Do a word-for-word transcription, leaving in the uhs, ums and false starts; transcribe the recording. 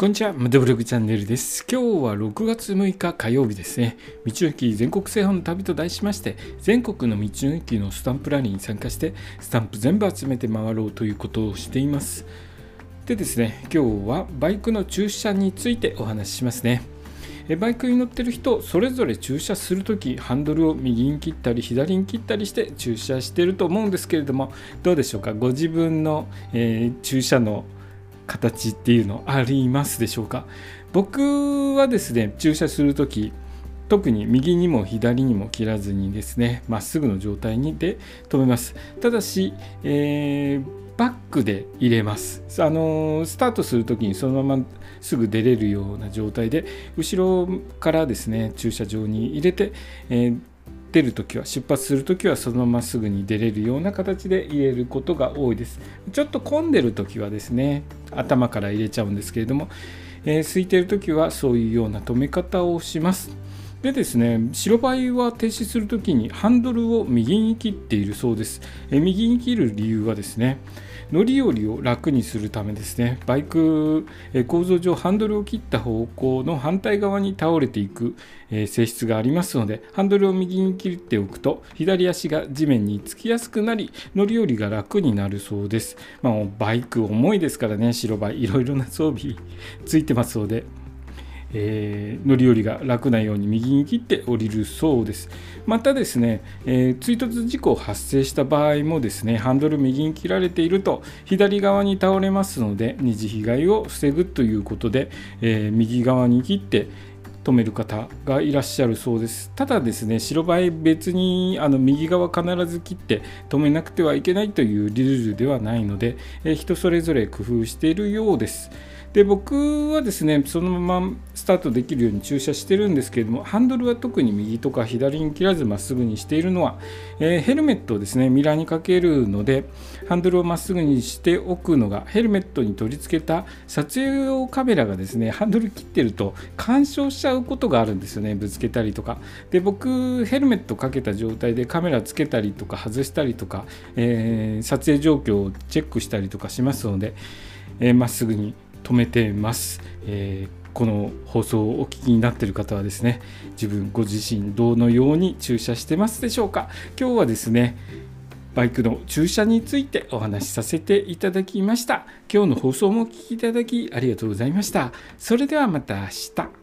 こんにちは、ムドブログチャンネルです。今日はろくがつむいか火曜日ですね。道の駅全国制覇の旅と題しまして、全国の道の駅のスタンプラリーに参加して、スタンプ全部集めて回ろうということをしています。でですね、今日はバイクの駐車についてお話ししますね。バイクに乗ってる人それぞれ駐車するときハンドルを右に切ったり左に切ったりして駐車していると思うんですけれども、どうでしょうか。ご自分の、えー、駐車の形っていうのありますでしょうか。僕はですね、駐車するとき特に右にも左にも切らずにですね、まっすぐの状態にで止めます。ただし、えー、バックで入れます。あのー、スタートするときにそのまますぐ出れるような状態で後ろからですね駐車場に入れて、えー出るときは出発するときはそのまますぐに出れるような形で入れることが多いです。ちょっと混んでるときはですね頭から入れちゃうんですけれども、えー、空いてるときはそういうような止め方をします。でですね、白バイは停止するときにハンドルを右に切っているそうです。えー、右に切る理由はですね、乗り降りを楽にするためですね。バイク、えー、構造上ハンドルを切った方向の反対側に倒れていく、えー、性質がありますので、ハンドルを右に切っておくと左足が地面につきやすくなり、乗り降りが楽になるそうです。まあ、バイク重いですからね、白バイいろいろな装備ついてますので。えー、乗り降りが楽なように右に切って降りるそうです。またですね、えー、追突事故発生した場合もですね、ハンドル右に切られていると左側に倒れますので、二次被害を防ぐということで、えー、右側に切って止める方がいらっしゃるそうです。ただですね、白バイ別にあの右側必ず切って止めなくてはいけないというルールではないので、えー、人それぞれ工夫しているようです。で僕はですねそのままスタートできるように駐車してるんですけれども、ハンドルは特に右とか左に切らずまっすぐにしているのは、えー、ヘルメットをですねミラーにかけるので、ハンドルをまっすぐにしておくのが、ヘルメットに取り付けた撮影用カメラがですねハンドル切ってると干渉しちゃうことがあるんですよね。ぶつけたりとかで、僕ヘルメットかけた状態でカメラつけたりとか外したりとか、えー、撮影状況をチェックしたりとかしますので、えー、まっすぐに止めてます。えー、この放送をお聞きになっている方はですね、自分ご自身どのように駐車してますでしょうか。今日はですねバイクの駐車についてお話しさせていただきました。今日の放送もお聞きいただきありがとうございました。それではまた明日。